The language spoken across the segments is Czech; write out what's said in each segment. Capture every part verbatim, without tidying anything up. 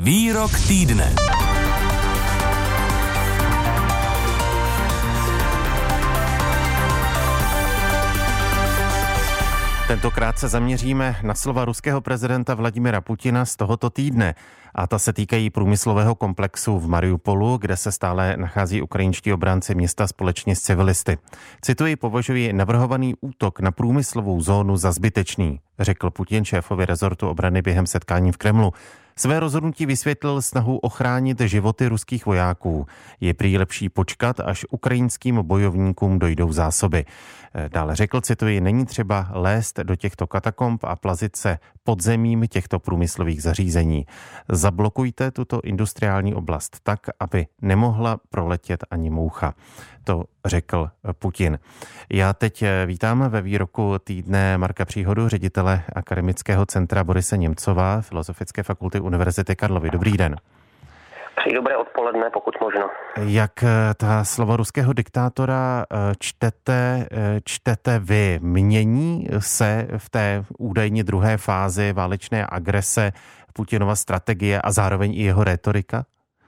Výrok týdne. Tentokrát se zaměříme na slova ruského prezidenta Vladimira Putina z tohoto týdne. A ta se týkají průmyslového komplexu v Mariupolu, kde se stále nachází ukrajinští obránci města společně s civilisty. Cituji, považuji navrhovaný útok na průmyslovou zónu za zbytečný, řekl Putin šéfovi rezortu obrany během setkání v Kremlu. Své rozhodnutí vysvětlil snahu ochránit životy ruských vojáků. Je prý lepší počkat, až ukrajinským bojovníkům dojdou zásoby. Dále řekl, cituji, není třeba lézt do těchto katakomb a plazit se podzemím těchto průmyslových zařízení. Zablokujte tuto industriální oblast tak, aby nemohla proletět ani moucha. To řekl Putin. Já teď vítám ve výroku týdne Marka Příhodu, ředitele Akademického centra Borise Němcova, Filozofické fakulty Univerzity Karlovy. Dobrý den. Přeji dobré odpoledne, pokud možno. Jak ta slova ruského diktátora čtete, čtete vy? Mění se v té údajně druhé fázi válečné agrese Putinova strategie a zároveň i jeho rétorika?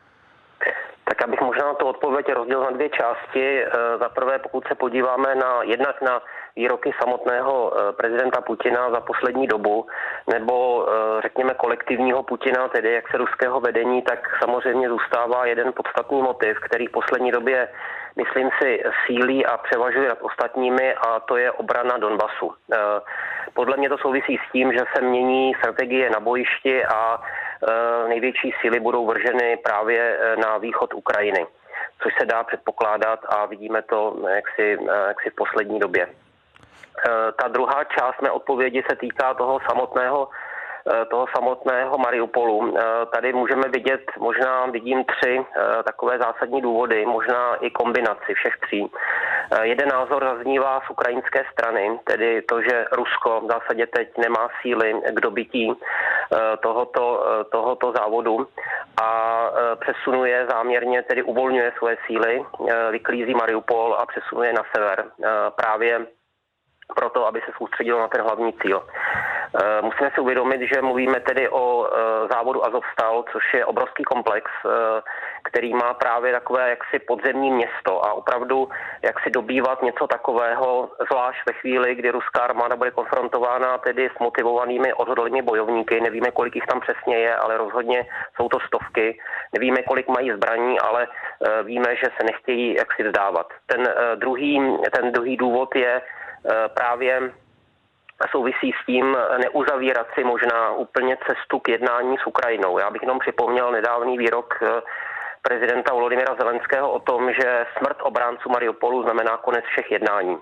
Tak abych možná tu odpověď rozdělil na dvě části. Za prvé, pokud se podíváme na jednak na výroky samotného prezidenta Putina za poslední dobu, nebo řekněme kolektivního Putina, tedy jak se ruského vedení, tak samozřejmě zůstává jeden podstatný motiv, který v poslední době, myslím si, sílí a převažuje nad ostatními, a to je obrana Donbasu. Podle mě to souvisí s tím, že se mění strategie na bojišti a největší síly budou vrženy právě na východ Ukrajiny, což se dá předpokládat a vidíme to jaksi, jaksi v poslední době. Ta druhá část mé odpovědi se týká toho samotného, toho samotného Mariupolu. Tady můžeme vidět, možná vidím tři takové zásadní důvody, možná i kombinaci všech tří. Jeden názor zaznívá z ukrajinské strany, tedy to, že Rusko v zásadě teď nemá síly k dobytí tohoto, tohoto závodu a přesunuje záměrně, tedy uvolňuje svoje síly, vyklízí Mariupol a přesunuje na sever. Právě proto, aby se soustředilo na ten hlavní cíl. Musíme si uvědomit, že mluvíme tedy o závodu Azovstal, což je obrovský komplex, který má právě takové jaksi podzemní město a opravdu jaksi dobývat něco takového, zvlášť ve chvíli, kdy ruská armáda bude konfrontována tedy s motivovanými odhodlanými bojovníky. Nevíme, kolik jich tam přesně je, ale rozhodně jsou to stovky. Nevíme, kolik mají zbraní, ale víme, že se nechtějí jaksi vzdávat. Ten druhý, ten druhý důvod je právě souvisí s tím neuzavírat si možná úplně cestu k jednání s Ukrajinou. Já bych jenom připomněl nedávný výrok prezidenta Volodymyra Zelenského o tom, že smrt obránců Mariupolu znamená konec všech jednání.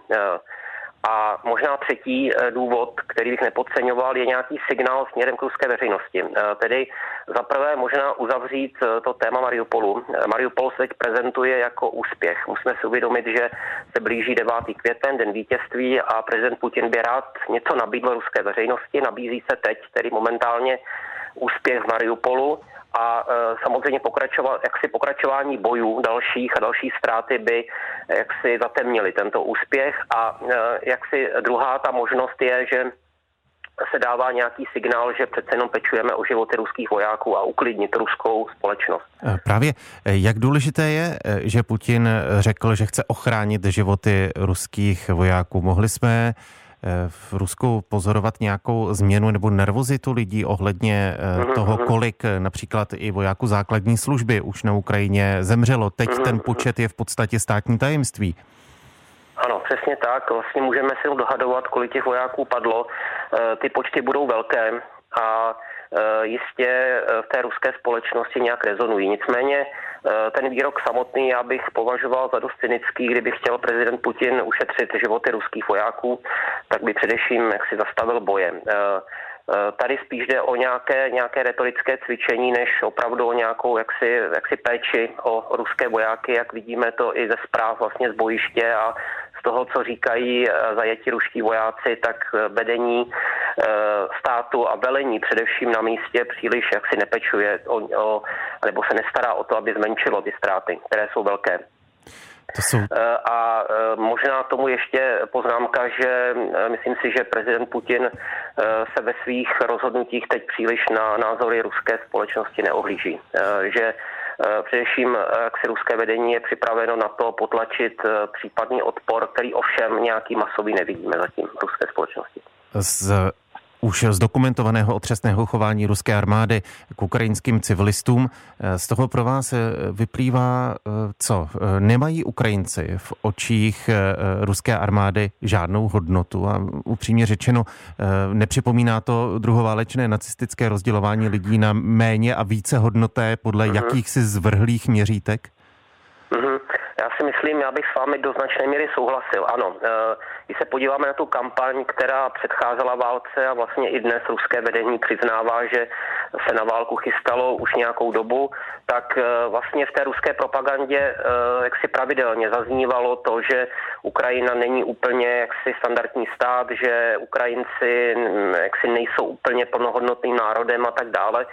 A možná třetí důvod, který bych nepodceňoval, je nějaký signál směrem k ruské veřejnosti. Tedy zaprvé možná uzavřít to téma Mariupolu. Mariupol se teď prezentuje jako úspěch. Musíme si uvědomit, že se blíží devátý květen, den vítězství, a prezident Putin by rád něco nabídl ruské veřejnosti. Nabízí se teď, tedy momentálně, úspěch v Mariupolu. A e, samozřejmě pokračovat, jaksi pokračování bojů dalších a další ztráty by jaksi zatemnili tento úspěch. A e, jaksi druhá ta možnost je, že se dává nějaký signál, že přece jenom pečujeme o životy ruských vojáků a uklidnit ruskou společnost. Právě jak důležité je, že Putin řekl, že chce ochránit životy ruských vojáků. Mohli jsme v Rusku pozorovat nějakou změnu nebo nervozitu lidí ohledně toho, kolik například i vojáků základní služby už na Ukrajině zemřelo. Teď ten počet je v podstatě státní tajemství. Ano, přesně tak. Vlastně můžeme si dohadovat, kolik těch vojáků padlo. Ty počty budou velké a jistě v té ruské společnosti nějak rezonují. Nicméně ten výrok samotný já bych považoval za dost cynický. Kdyby chtěl prezident Putin ušetřit životy ruských vojáků, tak by především jaksi zastavil boje. Tady spíš jde o nějaké, nějaké retorické cvičení, než opravdu o nějakou jaksi, jaksi péči o ruské vojáky, jak vidíme to i ze zpráv vlastně z bojiště a z toho, co říkají zajetí ruští vojáci, tak vedení státu a velení především na místě příliš jaksi nepečuje o, o, nebo se nestará o to, aby zmenšilo ty ztráty, které jsou velké. To jsou... A možná tomu ještě poznámka, že myslím si, že prezident Putin se ve svých rozhodnutích teď příliš na názory ruské společnosti neohlíží. Že především jak si ruské vedení je připraveno na to potlačit případný odpor, který ovšem nějaký masový nevidíme zatím v ruské společnosti. Z už zdokumentovaného otřesného chování ruské armády k ukrajinským civilistům. Z toho pro vás vyplývá, co? Nemají Ukrajinci v očích ruské armády žádnou hodnotu a upřímně řečeno nepřipomíná to druhoválečné nacistické rozdělování lidí na méně a více hodnoté podle uh-huh. jakýchsi zvrhlých měřítek? Uh-huh. Já si myslím, já bych s vámi do značné míry souhlasil. Ano, když se podíváme na tu kampaň, která předcházela válce a vlastně i dnes ruské vedení přiznává, že se na válku chystalo už nějakou dobu, tak vlastně v té ruské propagandě jaksi pravidelně zaznívalo to, že Ukrajina není úplně jaksi standardní stát, že Ukrajinci jaksi nejsou úplně plnohodnotným národem a tak dále.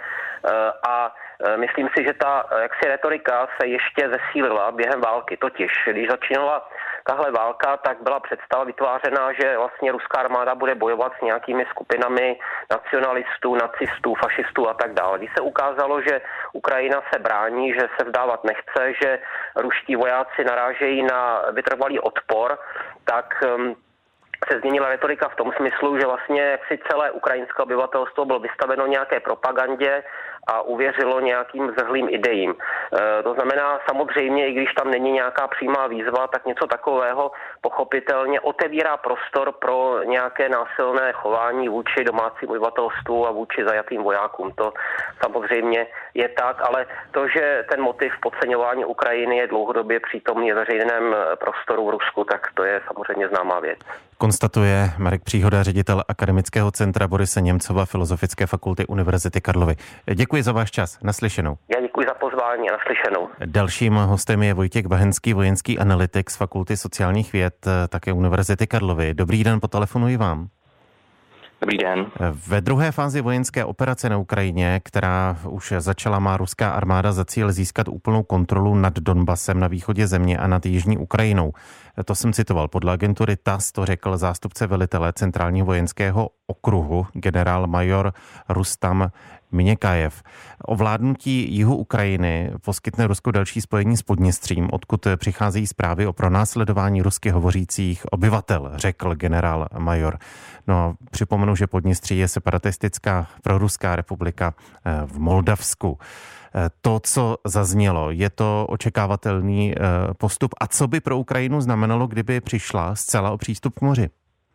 A myslím si, že ta jaksi retorika se ještě zesílila během války. Totiž, když začínala tahle válka, tak byla představa vytvářená, že vlastně ruská armáda bude bojovat s nějakými skupinami nacionalistů, nacistů, fašistů a tak dále. Když se ukázalo, že Ukrajina se brání, že se vzdávat nechce, že ruští vojáci narážejí na vytrvalý odpor, tak se změnila retorika v tom smyslu, že vlastně jaksi celé ukrajinské obyvatelstvo bylo vystaveno nějaké propagandě a uvěřilo nějakým zrhlým idejím. E, to znamená samozřejmě, i když tam není nějaká přímá výzva, tak něco takového pochopitelně otevírá prostor pro nějaké násilné chování vůči domácím obyvatelstvu a vůči zajatým vojákům. To samozřejmě je tak, ale to, že ten motiv podceňování Ukrajiny je dlouhodobě přítomný v veřejném prostoru v Rusku, tak to je samozřejmě známá věc. Konstatuje Marek Příhoda, ředitel Akademického centra Borise Němcova Filozofické fakulty Univerzity Karlovy. Děkuji za váš čas. Naslyšenou. Já děkuji za pozvání a naslyšenou. Dalším hostem je Vojtěch Vahenský, vojenský analytik z Fakulty sociálních věd, také Univerzity Karlovy. Dobrý den, po telefonu i vám. Dobrý den. Ve druhé fázi vojenské operace na Ukrajině, která už začala, má ruská armáda za cíl získat úplnou kontrolu nad Donbasem na východě země a nad jižní Ukrajinou. To jsem citoval. Podle agentury T A S to řekl zástupce velitele centrálního vojenského okruhu, generál major Rustam Miněkajev. O vládnutí jihu Ukrajiny poskytne Rusko další spojení s Podněstřím, odkud přicházejí zprávy o pronásledování rusky hovořících obyvatel, řekl generál major. No, připomenu, že Podněstří je separatistická proruská republika v Moldavsku. To, co zaznělo, je to očekávatelný postup. A co by pro Ukrajinu znamenalo, kdyby přišla zcela o přístup k moři?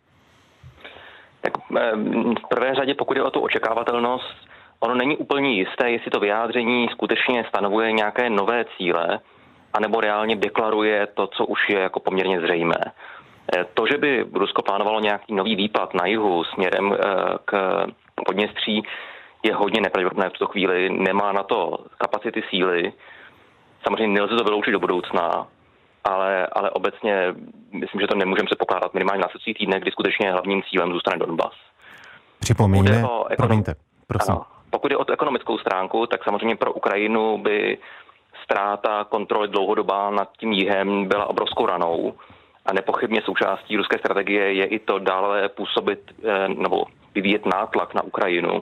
Tak v prvé řadě, pokud je o tu očekávatelnost, ono není úplně jisté, jestli to vyjádření skutečně stanovuje nějaké nové cíle, anebo reálně deklaruje to, co už je jako poměrně zřejmé. To, že by Rusko plánovalo nějaký nový výpad na jihu směrem k Podněstří, je hodně nepravděpodobné v tuto chvíli, nemá na to kapacity, síly. Samozřejmě nelze to vyloučit do budoucna, ale, ale obecně myslím, že to nemůžeme předpokládat minimálně na následující týdne, kdy skutečně hlavním cílem zůstane Donbas. Připomíně, ekonom... promiňte, prosím. Ano, pokud je o ekonomickou stránku, tak samozřejmě pro Ukrajinu by ztráta kontroly dlouhodobá nad tím jihem byla obrovskou ranou a nepochybně součástí ruské strategie je i to dále působit nebo vyvíjet nátlak na Ukrajinu,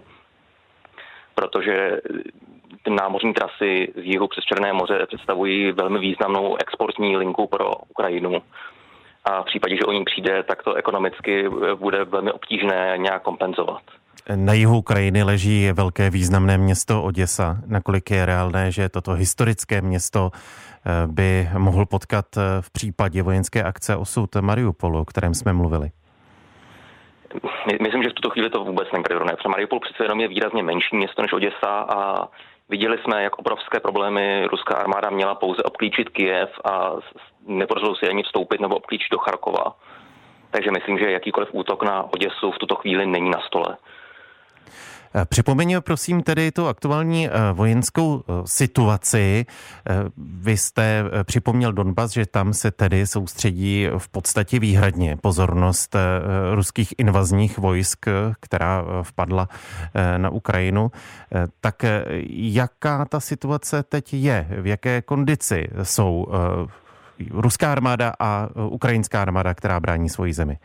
protože ty námořní trasy z jihu přes Černé moře představují velmi významnou exportní linku pro Ukrajinu. A v případě, že o ní přijde, tak to ekonomicky bude velmi obtížné nějak kompenzovat. Na jihu Ukrajiny leží velké významné město Oděsa. Nakolik je reálné, že toto historické město by mohl potkat v případě vojenské akce osud Mariupolu, o kterém jsme mluvili? Myslím, že v tuto chvíli to vůbec není pravděpodobné. Protože Mariupol přece jenom je výrazně menší město než Oděsa a viděli jsme, jak obrovské problémy ruská armáda měla pouze obklíčit Kyjev a nepodařilo se ani vstoupit nebo obklíčit do Charkova. Takže myslím, že jakýkoliv útok na Oděsu v tuto chvíli není na stole. Připomeňme prosím tedy tu aktuální vojenskou situaci. Vy jste připomněl Donbas, že tam se tedy soustředí v podstatě výhradně pozornost ruských invazních vojsk, která vpadla na Ukrajinu. Tak jaká ta situace teď je? V jaké kondici jsou ruská armáda a ukrajinská armáda, která brání svoji zemi?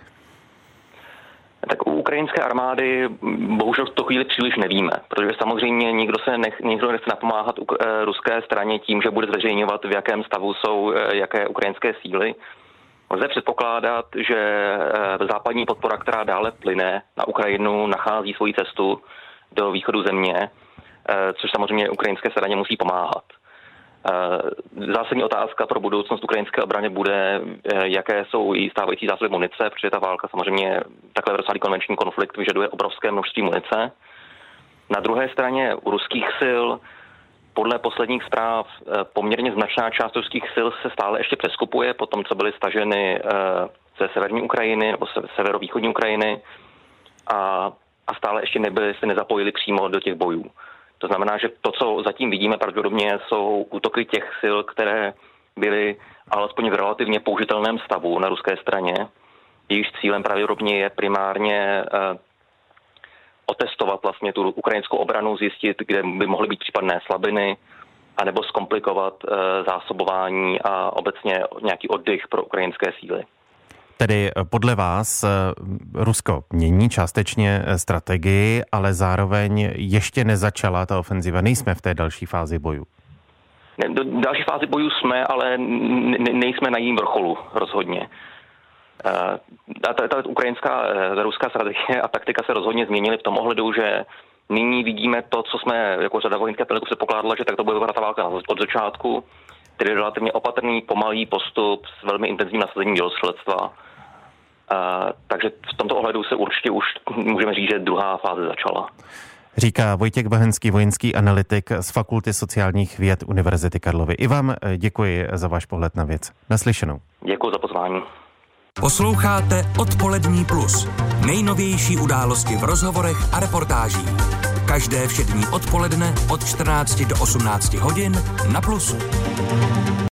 Tak u ukrajinské armády bohužel v tu chvíli příliš nevíme, protože samozřejmě nikdo se nech, nikdo nechce napomáhat u, e, ruské straně tím, že bude zveřejňovat, v jakém stavu jsou e, jaké ukrajinské síly. Lze předpokládat, že e, západní podpora, která dále plyne na Ukrajinu, nachází svoji cestu do východu země, e, což samozřejmě ukrajinské straně musí pomáhat. Zásadní otázka pro budoucnost ukrajinské obrany bude, jaké jsou její stávající zásoby munice, protože ta válka samozřejmě, takhle rozsáhlý konvenční konflikt vyžaduje obrovské množství munice. Na druhé straně u ruských sil, podle posledních zpráv, poměrně značná část ruských sil se stále ještě přeskupuje po tom, co byly staženy ze severní Ukrajiny nebo severovýchodní Ukrajiny a, a stále ještě nebyly, se nezapojili přímo do těch bojů. To znamená, že to, co zatím vidíme, pravděpodobně jsou útoky těch sil, které byly alespoň v relativně použitelném stavu na ruské straně. Jejíž cílem pravděpodobně je primárně eh, otestovat vlastně tu ukrajinskou obranu, zjistit, kde by mohly být případné slabiny, anebo zkomplikovat eh, zásobování a obecně nějaký oddych pro ukrajinské síly. Tedy podle vás Rusko mění částečně strategii, ale zároveň ještě nezačala ta ofenziva. Nejsme v té další fázi bojů. Ne, do další fázi bojů jsme, ale ne, nejsme na jejím vrcholu rozhodně. Ta, ta, ta ukrajinská, ta ruská strategie a taktika se rozhodně změnily v tom ohledu, že nyní vidíme to, co jsme jako řada vojenských analytiků předpokládala, že tak to bude vypadat ta válka od začátku, tedy relativně opatrný, pomalý postup s velmi intenzivním nasazením dělostřelectva. Uh, takže v tomto ohledu se určitě už můžeme říct, že druhá fáze začala. Říká Vojtěch Bahenský, vojenský analytik z Fakulty sociálních věd Univerzity Karlovy. I vám děkuji za váš pohled na věc. Naslyšenou. Děkuji za pozvání. Posloucháte Odpolední plus. Nejnovější události v rozhovorech a reportážích. Každé všední odpoledne od čtrnácti do osmnácti hodin na Plusu.